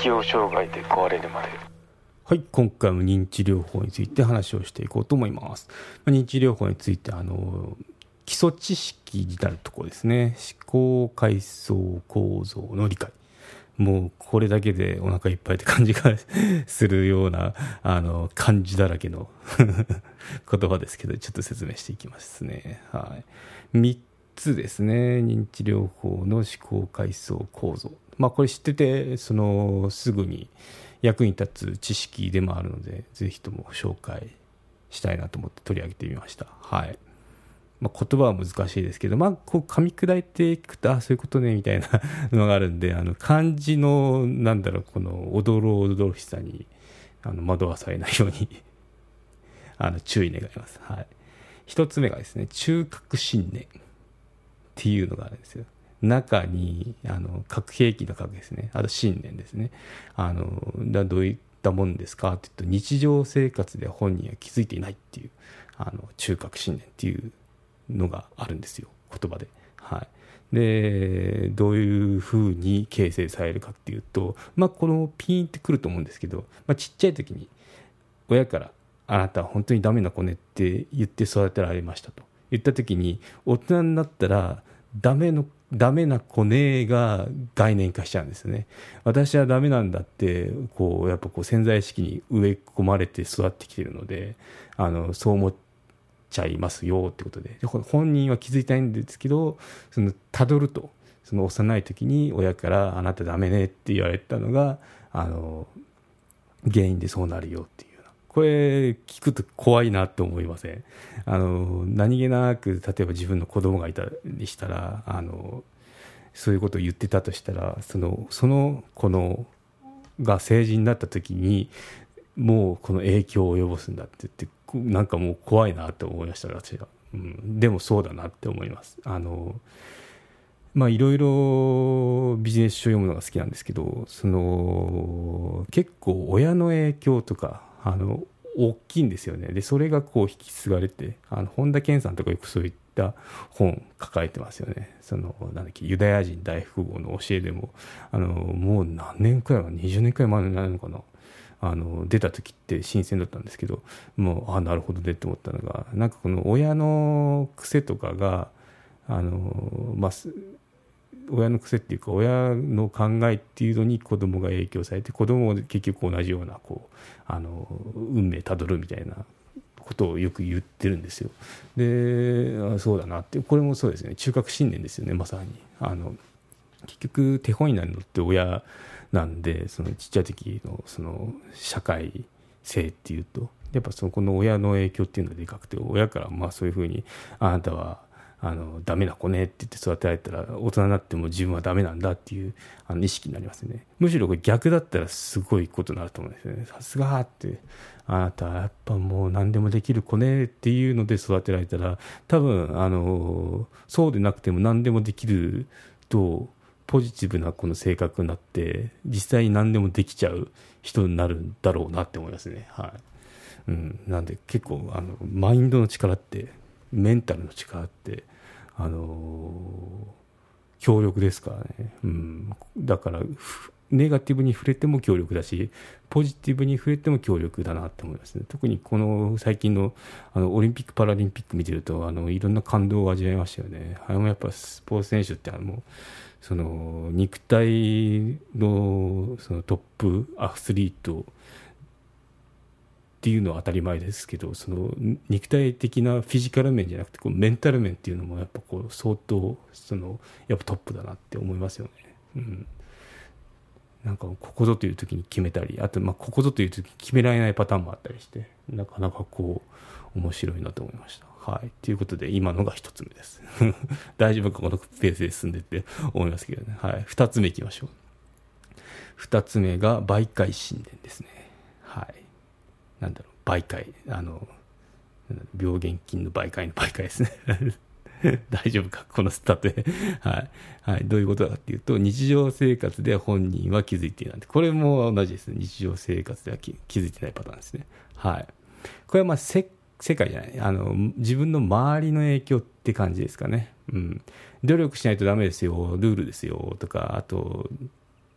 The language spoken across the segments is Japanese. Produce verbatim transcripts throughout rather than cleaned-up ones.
適応障害で壊れるまで。 はい、今回も認知療法について話をしていこうと思います。認知療法についてあの基礎知識になるところですね。思考階層構造の理解、もうこれだけでお腹いっぱいって感じがするようなあの漢字だらけの言葉ですけど、ちょっと説明していきますね。はい、みっつですね。認知療法の思考階層構造、まあこれ知っててそのすぐに役に立つ知識でもあるので、ぜひとも紹介したいなと思って取り上げてみました。はい、まあ、言葉は難しいですけど、まあ、こう噛み砕いていくと、あ、そういうことねみたいなのがあるんで、あの漢字のなんだろう、このおどろおどろしさにあの惑わされないようにあの注意願います。はい、一つ目がですね、中核信念っていうのがあるんですよ。中にあの核兵器の核ですね、あと信念ですね。あのだどういったもんですかって言うと、日常生活で本人は気づいていないっていう、あの中核信念っていうのがあるんですよ、言葉で。はい、でどういうふうに形成されるかっていうと、まあ、このピーンってくると思うんですけど、まあ、ちっちゃい時に親からあなたは本当にダメな子ねって言って育てられましたと言った時に、大人になったらダメのダメな子ねが概念化しちゃうんですよね。私はダメなんだってこうやっぱこう潜在意識に植え込まれて育ってきているので、あのそう思ってちゃいますよってことで、本人は気づいたいんですけど、その辿ると、その幼い時に親からあなたダメねって言われたのがあの原因でそうなるよっていうような、これ聞くと怖いなと思いません？あの何気なく例えば自分の子供がいたりしたら、あのそういうことを言ってたとしたら、そのその子のが成人になった時にもうこの影響を及ぼすんだって言って、なんかもう怖いなと思いました、私は。うん、でもそうだなって思います。あのまあいろいろビジネス書を読むのが好きなんですけど、その結構親の影響とかあの大きいんですよね。でそれがこう引き継がれて、あの本田健さんとかよくそういった本抱えてますよね。そのなんだっけ、ユダヤ人大富豪の教えでも、あのもう何年くらいか、にじゅうねんくらい前になるのかな、あの出た時って新鮮だったんですけど、もうあなるほどねって思ったのが、なんかこの親の癖とかがあの、まあ、親の癖っていうか親の考えっていうのに子供が影響されて、子供も結局同じようなこうあの運命たどるみたいなことをよく言ってるんですよ。でそうだなって、これもそうですね、中核信念ですよね。まさにあの結局手本になるのって親なんで、そのちっちゃい時のその社会性っていうと、やっぱそのこの親の影響っていうのがでかくて、親からまあそういうふうにあなたはあのダメな子ねって言って育てられたら、大人になっても自分はダメなんだっていうあの意識になりますね。むしろこれ逆だったらすごいことになると思うんですよね。さすがって、あなたはやっぱもう何でもできる子ねっていうので育てられたら、多分あのそうでなくても何でもできるとポジティブなこの性格になって、実際に何でもできちゃう人になるんだろうなって思いますね。はい、うん、なんで結構あのマインドの力って、メンタルの力ってあのー、強力ですからね。うん、だからネガティブに触れても強力だし、ポジティブに触れても強力だなって思いますね。特にこの最近のあのオリンピック・パラリンピック見てると、あのいろんな感動を味わいましたよね。あれもやっぱスポーツ選手ってあのその肉体 の, そのトップアスリートっていうのは当たり前ですけど、その肉体的なフィジカル面じゃなくて、こうメンタル面っていうのもやっぱこう相当そのやっぱトップだなって思いますよね。うん、なんかここぞという時に決めたり、あとまあここぞという時に決められないパターンもあったりして、なかなかこう面白いなと思いました。はい、ということで今のが一つ目です大丈夫かこのペースで進んでって思いますけどね。はい、二つ目いきましょう。二つ目が媒介信念ですね。はい、なんだろう、媒介、あの病原菌の媒介の媒介ですね大丈夫かこのスタートではい、はい、どういうことかっていうと、日常生活で本人は気づいていない。これも同じですね。日常生活では 気, 気づいてないパターンですね。はい、これはまあせ世界じゃない、あの自分の周りの影響って感じですかね。うん、努力しないとダメですよ、ルールですよとか、あと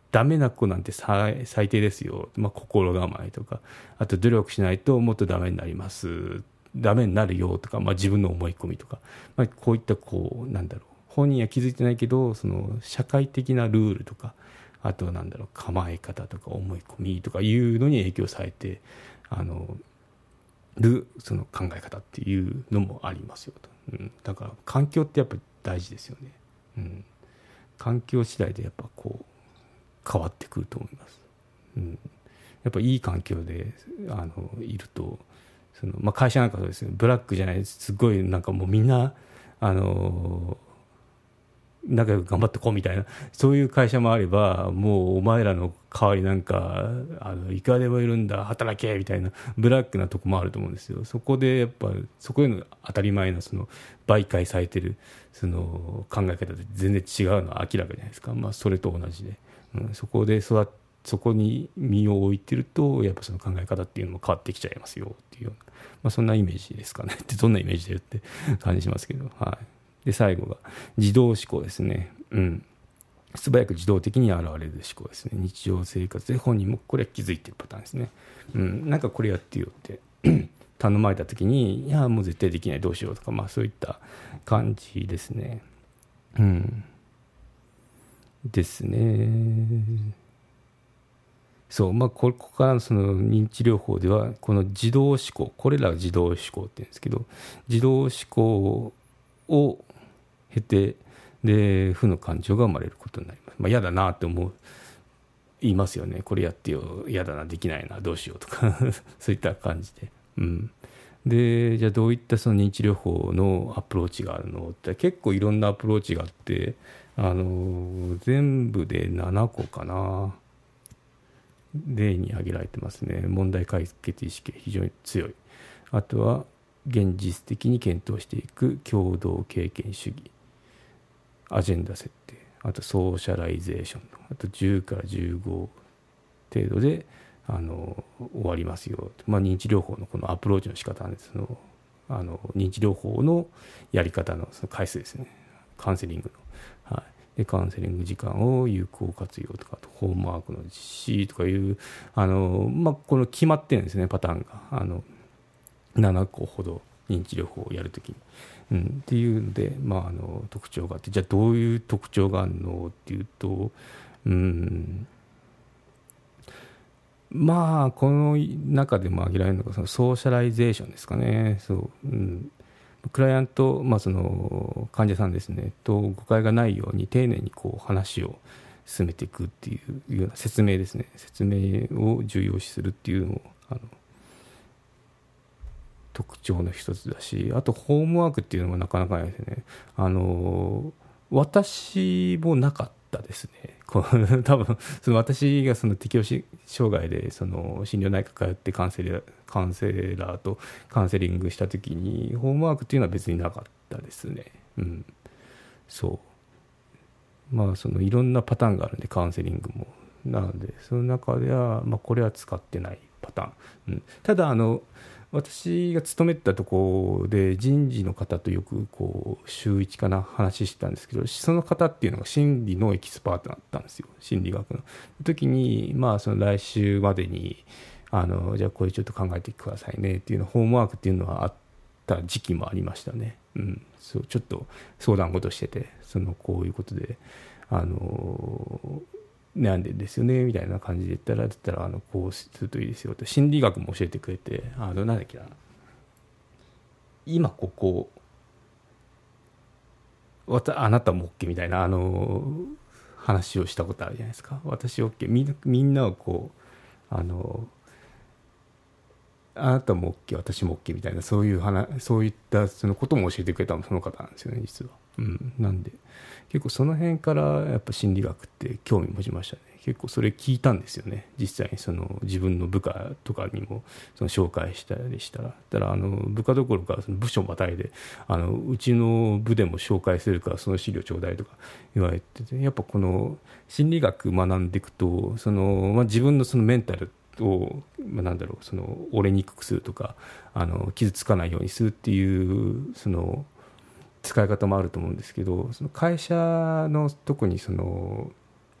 ダメな子なんて最最低ですよ、まあ、心構えとか、あと努力しないともっとダメになります、ダメになるよとか、まあ、自分の思い込みとか、まあ、こういったこうなんだろう、本人は気づいてないけどその社会的なルールとか、あとなんだろう、構え方とか思い込みとかいうのに影響されてあのるその考え方っていうのもありますよと、うん、だから環境ってやっぱり大事ですよね、うん、環境次第でやっぱこう変わってくると思います、うん、やっぱいい環境であのいるとその、まあ、会社なんかそうですね、ブラックじゃないです、すごいなんかもうみんなあの仲良く頑張ってこうみたいな、そういう会社もあれば、もうお前らの代わりなんかあのいくらでもいるんだ働けみたいなブラックなとこもあると思うんですよ。そこでやっぱそこへの当たり前のその媒介されてるその考え方で全然違うのは明らかじゃないですか、まあ、それと同じで、うん、そこで育っそこに身を置いてるとやっぱその考え方っていうのも変わってきちゃいますよっていうような、まあ、そんなイメージですかねってどんなイメージでって感じしますけど、はい。で最後が自動思考ですね、うん、素早く自動的に現れる思考ですね。日常生活で本人もこれは気づいてるパターンですね、うん、なんかこれやってよって頼まれた時にいやもう絶対できないどうしようとか、まあ、そういった感じですね、うん、ですね。そうまあ、ここからのその認知療法ではこの自動思考、これらが自動思考って言うんですけど、自動思考を経てで負の感情が生まれることになります。まあ、嫌だなって思う言いますよね、これやってよ、嫌だな、できないな、どうしようとかそういった感じで、うん、でじゃあどういったその認知療法のアプローチがあるのって結構いろんなアプローチがあって、あの全部でななこかな例に挙げられてますね。問題解決意識が非常に強い、あとは現実的に検討していく共同経験主義、アジェンダ設定、あとソーシャライゼーション、あとじゅうからじゅうご程度であの終わりますよ、まあ、認知療法のこのアプローチの仕方なんです。そのあの認知療法のやり方のその回数ですね、カウンセリングの、はい、でカウンセリング時間を有効活用とか、ホームワークの実施とかいうあの、まあ、この決まってるんですね、パターンがあのななこほど認知療法をやるときに、うん、っていうので、まあ、あの特徴があって、じゃあどういう特徴があるのっていうと、うんまあこの中でも挙げられるのがそのソーシャライゼーションですかね。そう、うん、クライアント、まあ、その患者さんですねと誤解がないように丁寧にこう話を進めていくっていうような説明ですね、説明を重要視するっていうのもあの特徴の一つだし、あとホームワークっていうのもなかなかないですね。あの私もなかったですね。こう多分その私がその適応障害でその心療内科通ってカウンセラーカウンセラーとカウンセリングした時にホームワークっていうのは別になかったですね。うん、そうまあそのいろんなパターンがあるんでカウンセリングもなのでその中ではまあこれは使ってないパターン、うん、ただあの私が勤めてたところで人事の方とよくこう週一かな話してたんですけど、その方っていうのが心理のエキスパートだったんですよ、心理学の時に、まあその来週までにあのじゃあこれちょっと考えてくださいねっていうのホームワークっていうのはあった時期もありましたね、うん、そうちょっと相談事してて、そのこういうことであの悩んでるんですよねみたいな感じで言ったら、だったらあのこうするといいですよって心理学も教えてくれて、あのなんだっけな、今ここわたあなたも OK みたいなあの話をしたことあるじゃないですか。私 OK みんなみんなをこうあのあなたも OK 私も OK みたいな、そういう話そういったそのことも教えてくれたのその方なんですよね実は、うん、なんで結構その辺からやっぱ心理学って興味持ちましたね。結構それ聞いたんですよね実際に。その自分の部下とかにもその紹介したりしたら、たらあの部下どころかその部署またいであのうちの部でも紹介するからその資料ちょうだいとか言われてて、やっぱこの心理学学んでいくとその、まあ、自分のそのメンタルを、まあ、なんだろうその折れにくくするとかあの傷つかないようにするっていうその使い方もあると思うんですけど、その会社の特にその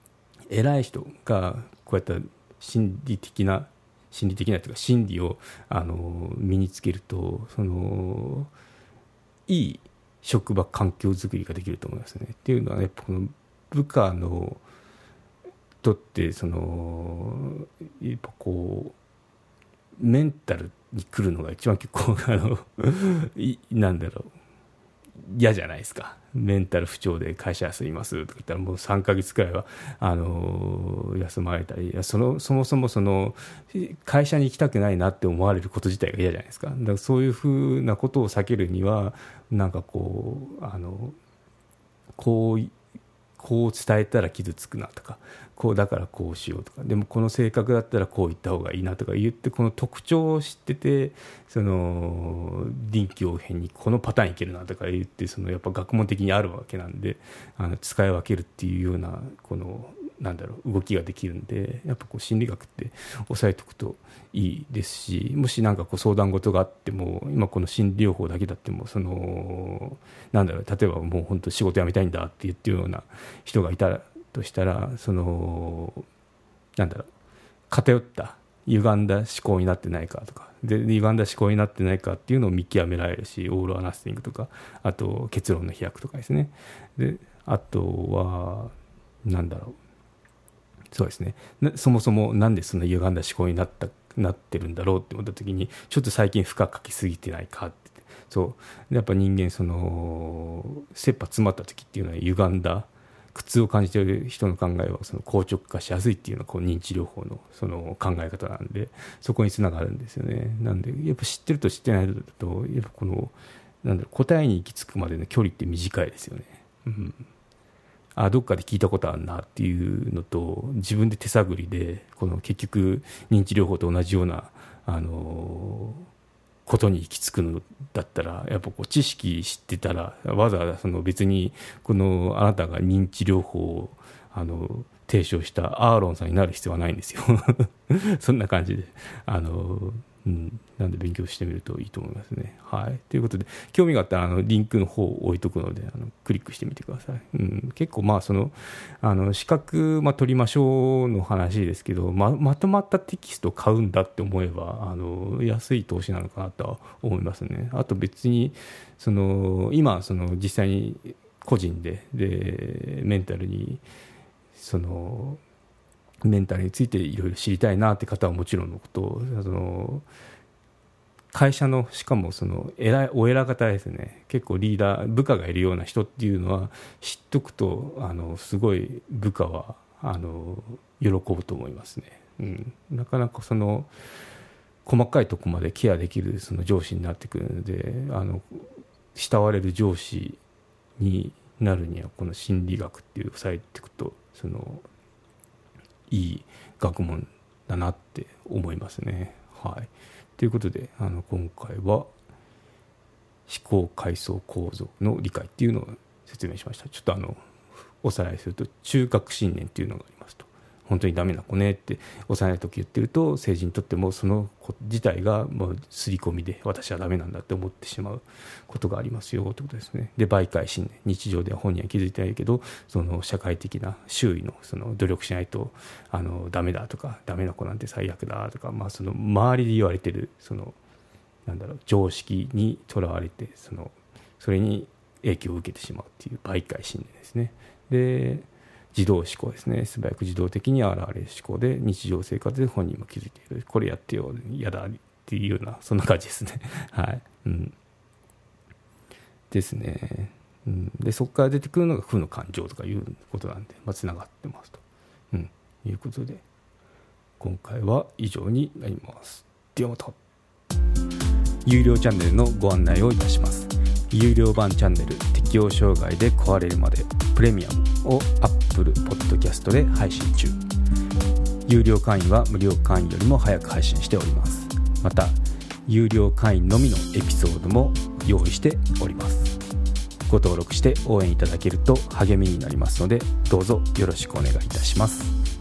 偉い人がこうやった心理的な心理的なというか心理をあの身につけると、そのいい職場環境づくりができると思いますね。っていうのは、ね、やっぱこの部下のとってそのやっぱこうメンタルに来るのが一番結構あのなんだろう嫌じゃないですか。メンタル不調で会社休みますとか言ったらもうさんかげつくらいはあの休まれたり、そのそもそもその会社に行きたくないなって思われること自体が嫌じゃないですか。だからそういうふうなことを避けるにはなんかこうあのこうこう伝えたら傷つくなとか、こうだからこうしようとか、でもこの性格だったらこう言った方がいいなとか言って、この特徴を知っててその臨機応変にこのパターンいけるなとか言って、そのやっぱ学問的にあるわけなんで、あの使い分けるっていうようなこのなんだろう動きができるんで、やっぱこう心理学って押さえておくといいですし、もしなんかこう相談事があっても、今この心理療法だけだってもそのなんだろう、例えばもう本当仕事辞めたいんだって言ってるような人がいたとしたら、そのなんだろう偏った歪んだ思考になってないかとかで、歪んだ思考になってないかっていうのを見極められるし、オール・ア・ナッシングとか、あと結論の飛躍とかですね。であとはなんだろうそうですね、そもそもなんでその歪んだ思考になったなってるんだろうって思った時に、ちょっと最近負荷かけすぎてないかって、そうやっぱ人間その切羽詰まった時っていうのは歪んだ苦痛を感じている人の考えはその硬直化しやすいっていうのがこう認知療法のその考え方なんで、そこにつながるんですよね。なんでやっぱ知ってると知ってないとやっぱこのなんだろう答えに行き着くまでの距離って短いですよね。うんあどっかで聞いたことあるなっていうのと、自分で手探りでこの結局認知療法と同じようなあのことに行き着くのだったら、やっぱこう知識知ってたらわざわざその別にこのあなたが認知療法をあの提唱したアーロンさんになる必要はないんですよそんな感じであのうん、なんで勉強してみるといいと思いますね。はい、ということで興味があったらあのリンクの方を置いとくのであのクリックしてみてください。うん、結構まあそのあの資格、まあ、取りましょうの話ですけど、ま、まとまったテキストを買うんだって思えばあの安い投資なのかなとは思いますね。あと別にその今その実際に個人で、でメンタルにそのメンタルについていろいろ知りたいなって方はもちろんのこと、その会社のしかもその偉いお偉方ですね、結構リーダー部下がいるような人っていうのは知っとくとあのすごい部下はあの喜ぶと思いますね。うん、なかなかその細かいところまでケアできるその上司になってくるので、あの慕われる上司になるにはこの心理学っていう抑えていくとそのいい学問だなって思いますね。はい、ということであの今回は思考階層構造の理解っていうのを説明しました。ちょっとあのおさらいすると、中核信念っていうのがありますと、本当にダメな子ねって幼い時言ってると、成人にとってもその子自体がもう刷り込みで私はダメなんだって思ってしまうことがありますよということですね。で媒介信念、日常では本人は気づいてないけどその社会的な周囲のその努力しないとあのダメだとか、ダメな子なんて最悪だとか、まあ、その周りで言われてるそのなんだろう常識にとらわれてそのそれに影響を受けてしまうっていう媒介信念ですね。で自動思考ですね。素早く自動的に現れる思考で日常生活で本人も気づいている、これやってよやだっていうようなそんな感じですねはい、うん、ですね、うん、でそこから出てくるのが負の感情とかいうことなんで、まあ、つながってますと、うん、いうことで今回は以上になります。ではまた。有料チャンネルのご案内をいたします。有料版チャンネル適応障害で壊れるまでプレミアムを Apple Podcast で配信中。有料会員は無料会員よりも早く配信しております。また有料会員のみのエピソードも用意しております。ご登録して応援いただけると励みになりますので、どうぞよろしくお願いいたします。